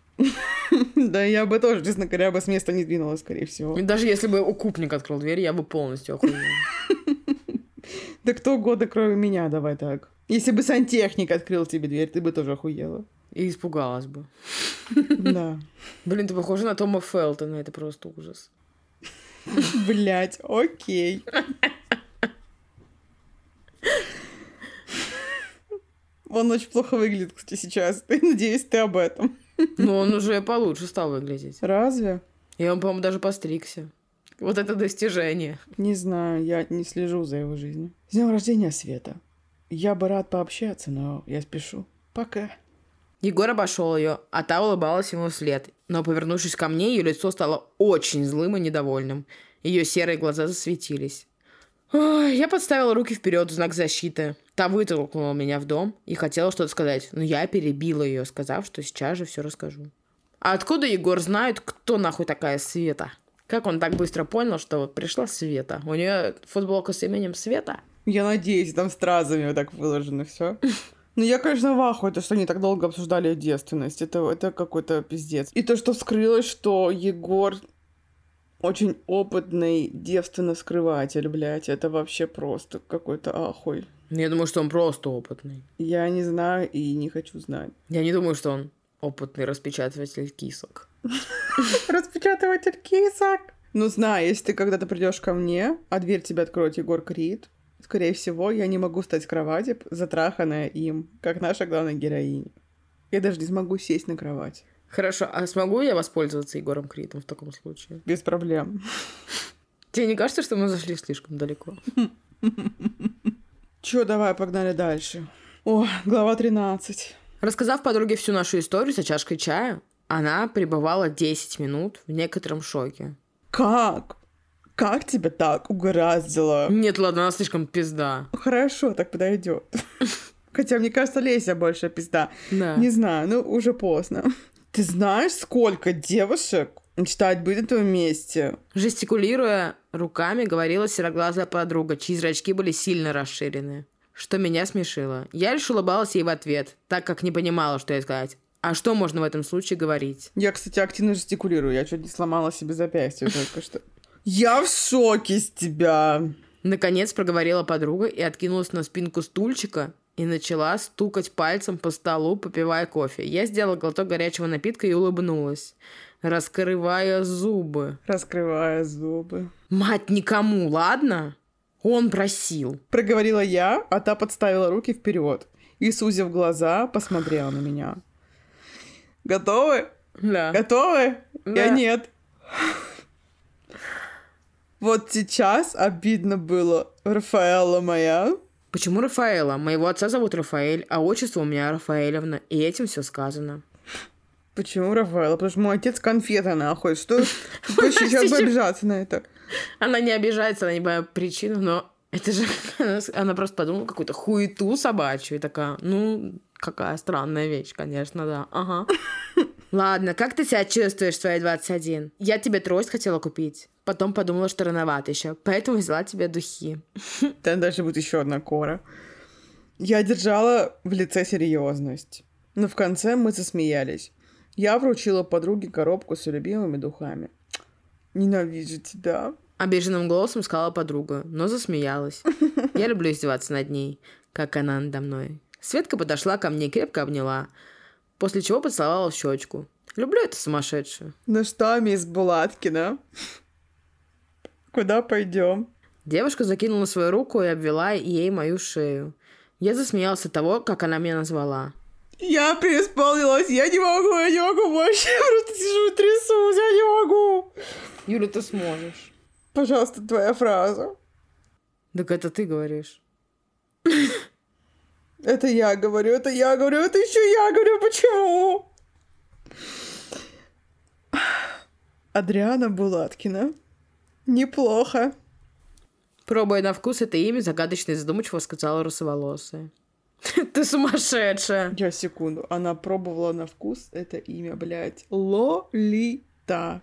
Да, я бы тоже, честно говоря, бы с места не двинулась, скорее всего. Даже если бы укупник открыл дверь, я бы полностью охуела. Да кто угодно, кроме меня, давай так. Если бы сантехник открыл тебе дверь, ты бы тоже охуела. И испугалась бы. Да. Блин, ты похожа на Тома Фелтона, это просто ужас. Блять, окей. Он очень плохо выглядит, кстати, сейчас. Надеюсь, ты об этом. Ну, он уже получше стал выглядеть. Разве? И он, по-моему, даже постригся. Вот это достижение. Не знаю, я не слежу за его жизнью. С днем рождения, Света. Я бы рад пообщаться, но я спешу. Пока. Егор обошел ее, а та улыбалась ему вслед. Но, повернувшись ко мне, ее лицо стало очень злым и недовольным. Ее серые глаза засветились. Ой, я подставила руки вперед в знак защиты. Та вытолкнула меня в дом и хотела что-то сказать, но я перебила ее, сказав, что сейчас же все расскажу. А откуда Егор знает, кто нахуй такая Света? Как он так быстро понял, что вот пришла Света? У нее футболка с именем Света? Я надеюсь, там стразами вот так выложено все. Ну, я, конечно, в ахуе, то, что они так долго обсуждали ее девственность. Это, это какой-то пиздец. И то, что вскрылось, что Егор очень опытный девственно-скрыватель, блядь. Это вообще просто какой-то ахуй. Я думаю, что он просто опытный. Я не знаю и не хочу знать. Я не думаю, что он опытный распечатыватель кисок. Распечатыватель кисок. Ну, знаю, если ты когда-то придешь ко мне, а дверь тебе откроет Егор Крид, скорее всего, я не могу встать с кровати, затраханная им, как наша главная героиня. Я даже не смогу сесть на кровать. Хорошо, а смогу я воспользоваться Егором Кридом в таком случае? Без проблем. Тебе не кажется, что мы зашли слишком далеко? Чё, давай, погнали дальше. О, глава тринадцать. Рассказав подруге всю нашу историю за чашкой чая, она пребывала десять минут в некотором шоке. Как? Как тебя так угораздило? Нет, ладно, она слишком пизда. Хорошо, так подойдет. Хотя, мне кажется, Леся больше пизда. Да. Не знаю, ну, уже поздно. Ты знаешь, сколько девушек мечтают быть на твоем месте? Жестикулируя руками, говорила сероглазая подруга, чьи зрачки были сильно расширены. Что меня смешило. Я лишь улыбалась ей в ответ, так как не понимала, что ей сказать. А что можно в этом случае говорить? Я, кстати, активно жестикулирую. Я чуть не сломала себе запястье только что. Я в шоке с тебя. Наконец проговорила подруга и откинулась на спинку стульчика и начала стукать пальцем по столу, попивая кофе. Я сделала глоток горячего напитка и улыбнулась, раскрывая зубы. Раскрывая зубы. Мать, никому, ладно? Он просил. Проговорила я, а та подставила руки вперед и, сузив глаза, посмотрела на меня. Готовы? Да. Готовы? Да. Я нет. Вот сейчас обидно было. Рафаэла моя. Почему Рафаэла? Моего отца зовут Рафаэль, а отчество у меня Рафаэлевна, и этим все сказано. Почему Рафаэла? Потому что мой отец конфета нахуй. Что? Ты сейчас обижаться на это? Она не обижается, она не понимает причину, но это же... Она просто подумала какую-то хуету собачью и такая, ну, какая странная вещь, конечно, да. Ага. Ладно, как ты себя чувствуешь в свои двадцать один? Я тебе трость хотела купить. Потом подумала, что рановато еще, поэтому взяла тебе духи. Там дальше будет еще одна кора. Я держала в лице серьезность, но в конце мы засмеялись. Я вручила подруге коробку с любимыми духами. Ненавижу тебя. Обиженным голосом сказала подруга, но засмеялась. Я люблю издеваться над ней, как она надо мной. Светка подошла ко мне и крепко обняла, после чего поцеловала в щечку. Люблю эту сумасшедшую. Ну что, мисс Булаткина? Куда пойдем? Девушка закинула свою руку и обвела ей мою шею. Я засмеялся от того, как она меня назвала. Я преисполнилась, я не могу, я не могу больше. Я просто сижу и трясусь, я не могу. Юля, ты сможешь. Пожалуйста, твоя фраза. Так это ты говоришь. Это я говорю, это я говорю, это еще я говорю, почему? Адриана Булаткина. Неплохо. Пробуя на вкус это имя, загадочно и задумчиво сказала русоволосая. Ты сумасшедшая. Я секунду. Она пробовала на вкус это имя, блядь. Лолита.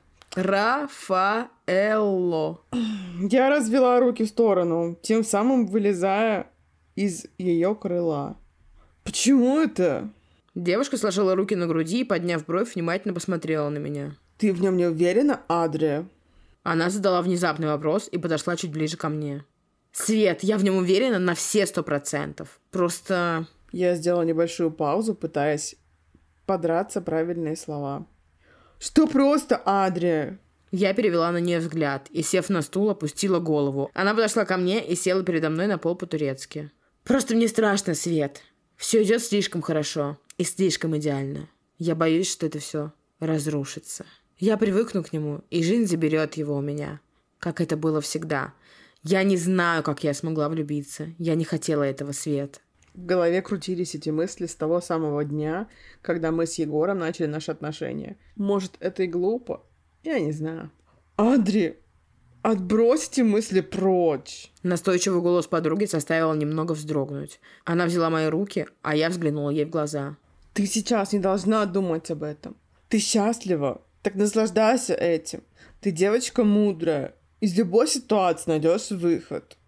Рафаэлло. Я развела руки в сторону, тем самым вылезая из ее крыла. Почему это? Девушка сложила руки на груди и, подняв бровь, внимательно посмотрела на меня. Ты в нем не уверена, Адрия? Она задала внезапный вопрос и подошла чуть ближе ко мне. Свет, я в нем уверена на все сто процентов. Просто... Я сделала небольшую паузу, пытаясь подраться правильные слова. Что просто, Адрия? Я перевела на нее взгляд и, сев на стул, опустила голову. Она подошла ко мне и села передо мной на пол по-турецки. Просто мне страшно, Свет. Все идет слишком хорошо и слишком идеально. Я боюсь, что это все разрушится. Я привыкну к нему, и жизнь заберет его у меня, как это было всегда. Я не знаю, как я смогла влюбиться. Я не хотела этого, Свет. В голове крутились эти мысли с того самого дня, когда мы с Егором начали наши отношения. Может, это и глупо? Я не знаю. Адри, отбросьте мысли прочь. Настойчивый голос подруги заставил немного вздрогнуть. Она взяла мои руки, а я взглянула ей в глаза. Ты сейчас не должна думать об этом. Ты счастлива. Так наслаждайся этим. Ты девочка мудрая. Из любой ситуации найдешь выход.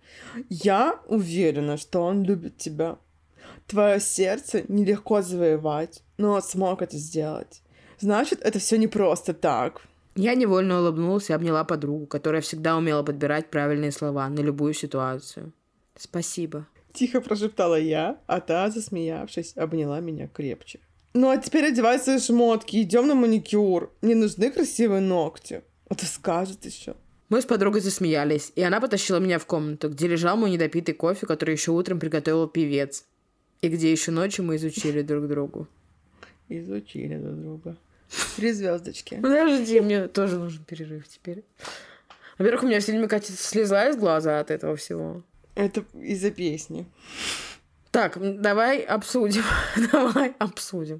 Я уверена, что он любит тебя. Твое сердце нелегко завоевать, но он смог это сделать. Значит, это все не просто так. Я невольно улыбнулась и обняла подругу, которая всегда умела подбирать правильные слова на любую ситуацию. Спасибо. Тихо прошептала я, а та, засмеявшись, обняла меня крепче. Ну а теперь одевай свои шмотки, идем на маникюр. Мне нужны красивые ногти. А то скажет еще. Мы с подругой засмеялись, и она потащила меня в комнату, где лежал мой недопитый кофе, который еще утром приготовил певец, и где еще ночью мы изучили друг другу. Изучили друг друга. Три звездочки. Подожди, мне тоже нужен перерыв теперь. Во-первых, у меня все время катится слеза из глаза от этого всего. Это из-за песни. Так, давай обсудим. Давай обсудим.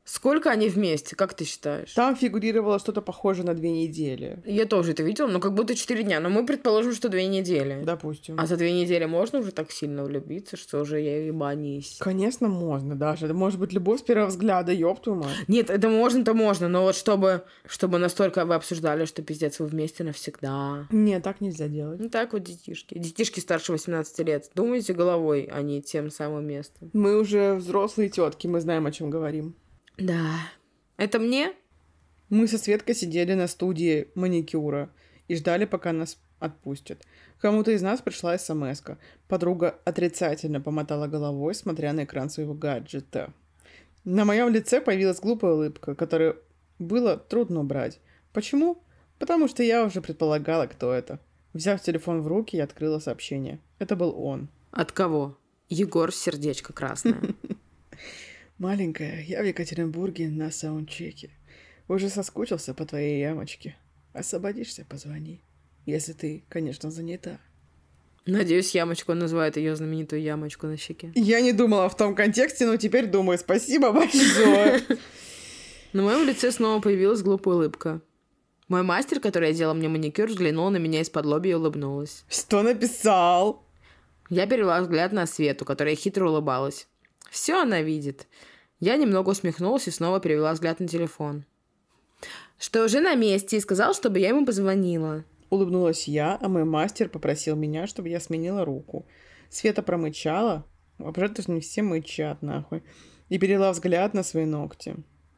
Сколько они вместе, как ты считаешь? Там фигурировало что-то похожее на две недели. Я тоже это видела, но как будто четыре дня. Но мы предположим, что две недели. Допустим. А за две недели можно уже так сильно влюбиться, что уже я ебанись? Конечно, можно даже. Это может быть любовь с первого взгляда, ёб твою мать. Нет, это можно-то можно, но вот чтобы, чтобы настолько вы обсуждали, что пиздец, вы вместе навсегда. Нет, так нельзя делать. Ну так вот детишки. Детишки старше восемнадцати лет. Думайте головой, а не тем самым местом. Мы уже взрослые тетки, мы знаем, о чем говорим. Да. Это мне? Мы со Светкой сидели на студии маникюра и ждали, пока нас отпустят. Кому-то из нас пришла смс-ка. Подруга отрицательно помотала головой, смотря на экран своего гаджета. На моем лице появилась глупая улыбка, которую было трудно убрать. Почему? Потому что я уже предполагала, кто это. Взяв телефон в руки, я открыла сообщение. Это был он. От кого? Егор, сердечко красное. Маленькая, я в Екатеринбурге на саундчеке. Уже соскучился по твоей ямочке. Освободишься, позвони. Если ты, конечно, занята. Надеюсь, ямочку он называет ее знаменитую ямочку на щеке. Я не думала в том контексте, но теперь думаю. Спасибо большое. На моем лице снова появилась глупая улыбка. Мой мастер, который делал мне маникюр, взглянул на меня из-под лобья и улыбнулась. Что написал? Я перевела взгляд на Свету, которая хитро улыбалась. Все она видит. Я немного усмехнулась и снова перевела взгляд на телефон. Что уже на месте и сказал, чтобы я ему позвонила. Улыбнулась я, а мой мастер попросил меня, чтобы я сменила руку. Света промычала. Вообще-то не все мычат, нахуй. И перевела взгляд на свои ногти.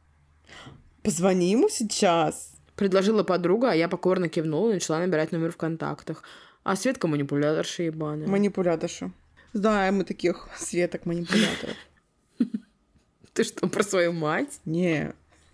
Позвони ему сейчас. Предложила подруга, а я покорно кивнула и начала набирать номер в контактах. А Светка манипуляторша ебаная. Манипуляторша. Знаем мы таких Светок-манипуляторов. Ты что, про свою мать? Не.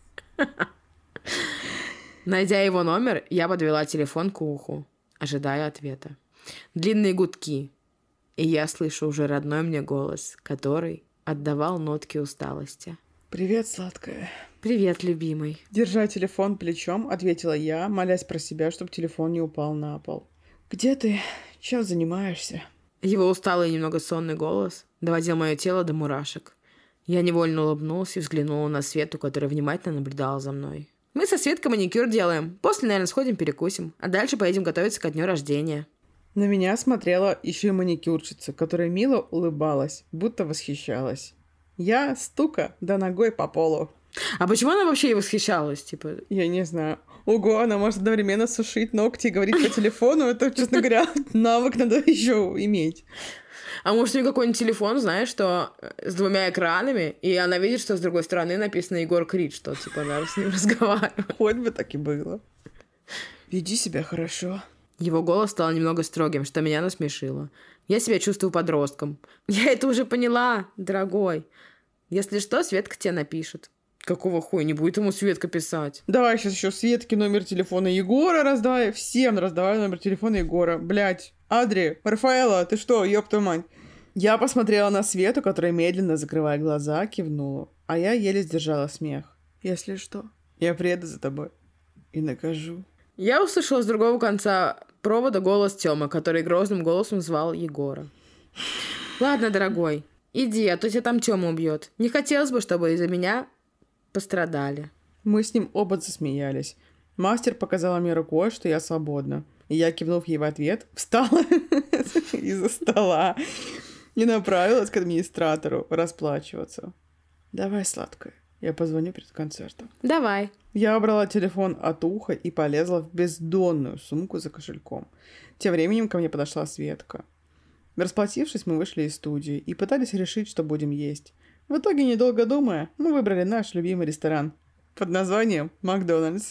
Найдя его номер, я подвела телефон к уху, ожидая ответа. Длинные гудки. И я слышу уже родной мне голос, который отдавал нотки усталости. Привет, сладкая. Привет, любимый. Держа телефон плечом, ответила я, молясь про себя, чтобы телефон не упал на пол. Где ты? Чем занимаешься? Его усталый и немного сонный голос доводил мое тело до мурашек. Я невольно улыбнулась и взглянула на Свету, которая внимательно наблюдала за мной. Мы со Светкой маникюр делаем. После, наверное, сходим перекусим. А дальше поедем готовиться ко дню рождения. На меня смотрела еще и маникюрщица, которая мило улыбалась, будто восхищалась. Я стука да ногой по полу. А почему она вообще и восхищалась? Типа... Я не знаю. Ого, она может одновременно сушить ногти и говорить по телефону. Это, честно говоря, навык надо еще иметь. А может, у нее какой-нибудь телефон, знаешь, что с двумя экранами, и она видит, что с другой стороны написано Егор Крид, что, типа, надо с ним разговаривать. Хоть бы так и было. Веди себя хорошо. Его голос стал немного строгим, что меня насмешило. Я себя чувствую подростком. Я это уже поняла, дорогой. Если что, Светка тебе напишет. Какого хуя? Не будет ему Светка писать. Давай сейчас еще Светке номер телефона Егора раздавай. Всем раздавай номер телефона Егора. Блять. Адри, Рафаэла, ты что, ёб твою мать? Я посмотрела на Свету, которая, медленно закрывая глаза, кивнула. А я еле сдержала смех. Если что, я приеду за тобой и накажу. Я услышала с другого конца провода голос Тёмы, который грозным голосом звал Егора. Ладно, дорогой, иди, а то тебя там Тёма убьет. Не хотелось бы, чтобы из-за меня пострадали. Мы с ним оба засмеялись. Мастер показала мне рукой, что я свободна. И я, кивнув ей в ответ, встала из-за стола и направилась к администратору расплачиваться. Давай, сладкая, я позвоню перед концертом. Давай. Я убрала телефон от уха и полезла в бездонную сумку за кошельком. Тем временем ко мне подошла Светка. Расплатившись, мы вышли из студии и пытались решить, что будем есть. В итоге, недолго думая, мы выбрали наш любимый ресторан под названием «Макдональдс».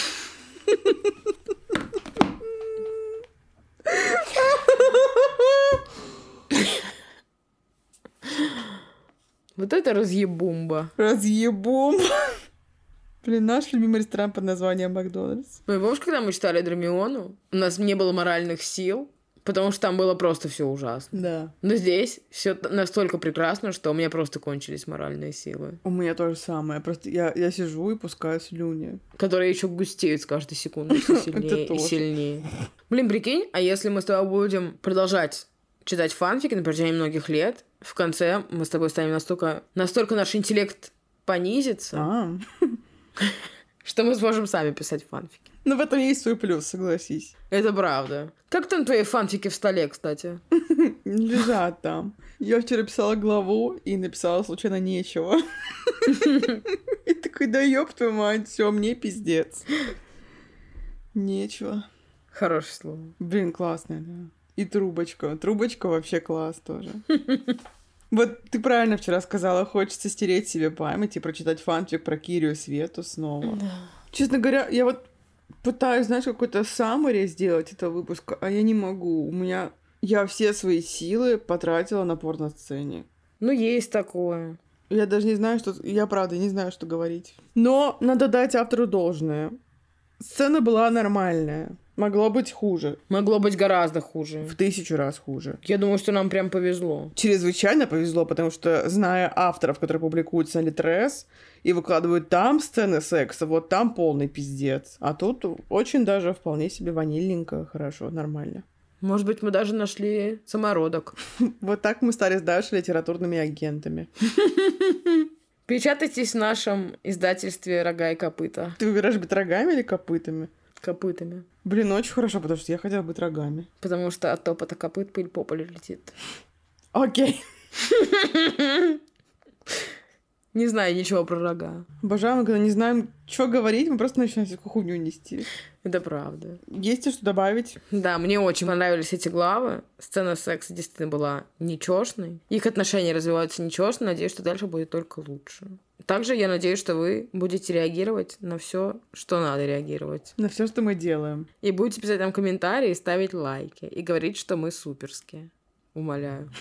Вот это разъебумба. Разъебумба. Блин, наш любимый ресторан под названием «Макдональдс». Ну и помнишь, когда мы читали Драмиону, у нас не было моральных сил, потому что там было просто все ужасно. Да. Но здесь все настолько прекрасно, что у меня просто кончились моральные силы. У меня то же самое. Просто я, я сижу и пускаю слюни. Которые еще густеют с каждой секундой все сильнее и сильнее. Блин, прикинь, а если мы с тобой будем продолжать читать фанфики на протяжении многих лет, в конце мы с тобой станем настолько... Настолько наш интеллект понизится, А. что мы сможем сами писать фанфики. Ну, в этом есть свой плюс, согласись. Это правда. Как там твои фанфики в столе, кстати? Лежат там. Я вчера писала главу и написала случайно нечего. И такой, да ёб твою мать, всё, мне пиздец. Нечего. Хорошее слово. Блин, классное, да. И трубочка. Трубочка вообще класс тоже. Вот ты правильно вчера сказала, хочется стереть себе память и прочитать фанфик про Кирю и Свету снова. Да. Честно говоря, я вот пытаюсь, знаешь, какой-то саммари сделать этого выпуска, а я не могу. У меня... Я все свои силы потратила на порно-сцене. Ну, есть такое. Я даже не знаю, что... Я, правда, не знаю, что говорить. Но надо дать автору должное. Сцена была нормальная. Могло быть хуже. Могло быть гораздо хуже. В тысячу раз хуже. Я думаю, что нам прям повезло. Чрезвычайно повезло, потому что, зная авторов, которые публикуются на Литрес и выкладывают там сцены секса, вот там полный пиздец. А тут очень даже вполне себе ванильненько, хорошо, нормально. Может быть, мы даже нашли самородок. Вот так мы стали с Дашей литературными агентами. Печатайтесь в нашем издательстве «Рога и копыта». Ты выбираешь быть рогами или копытами? Копытами. Блин, очень хорошо, потому что я хотела быть рогами. Потому что от топота копыт пыль по полю летит. Окей. Не знаю ничего про рога. Обожаю, мы когда не знаем, что говорить, мы просто начинаем всякую хуйню нести. Это правда. Есть ли что добавить? Да, мне очень понравились эти главы. Сцена секса действительно была нечёшной. Их отношения развиваются нечёшно. Надеюсь, что дальше будет только лучше. Также я надеюсь, что вы будете реагировать на все, что надо реагировать. На все, что мы делаем. И будете писать там комментарии, ставить лайки. И говорить, что мы суперские. Умоляю.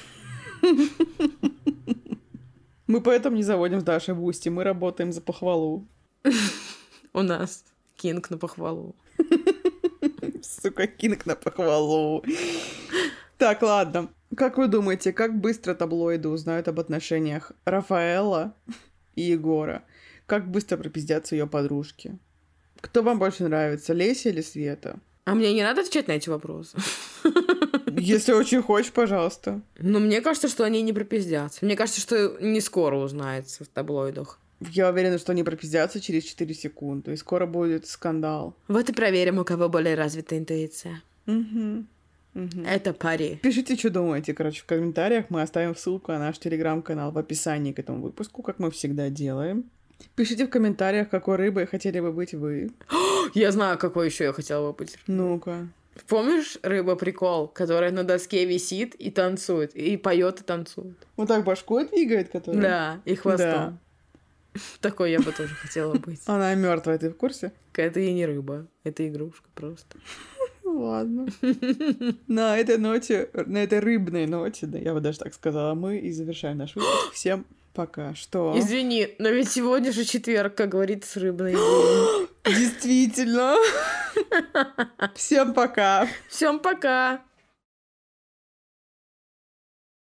Мы поэтому не заводим с Дашей Бусти. Мы работаем за похвалу. У нас кинг на похвалу. Сука, кинг на похвалу. Так, ладно. Как вы думаете, как быстро таблоиды узнают об отношениях Рафаэла и Егора? Как быстро пропиздятся ее подружки? Кто вам больше нравится, Леся или Света? А мне не надо отвечать на эти вопросы? Если очень хочешь, пожалуйста. Но мне кажется, что они не пропиздятся. Мне кажется, что не скоро узнается в таблоидах. Я уверена, что они пропиздятся через четыре секунды, и скоро будет скандал. Вот и проверим, у кого более развита интуиция. Угу. Угу. Это пари. Пишите, что думаете, короче, в комментариях. Мы оставим ссылку на наш телеграм-канал в описании к этому выпуску, как мы всегда делаем. Пишите в комментариях, какой рыбой хотели бы быть вы. Я знаю, какой еще я хотела бы быть. Ну-ка. Помнишь рыба-прикол, которая на доске висит и танцует, и поет и танцует? Вот так башкой двигает, который? Да, и хвостом. Да. Такой я бы тоже хотела быть. Она мертвая, ты в курсе? Это и не рыба, это игрушка просто. Ладно. На этой ноте, на этой рыбной ноте, да, я бы даже так сказала, мы и завершаем наш выпуск. Всем пока. Что? Извини, но ведь сегодня же четверг, как говорится, рыбный день. Действительно. Всем пока. Всем пока.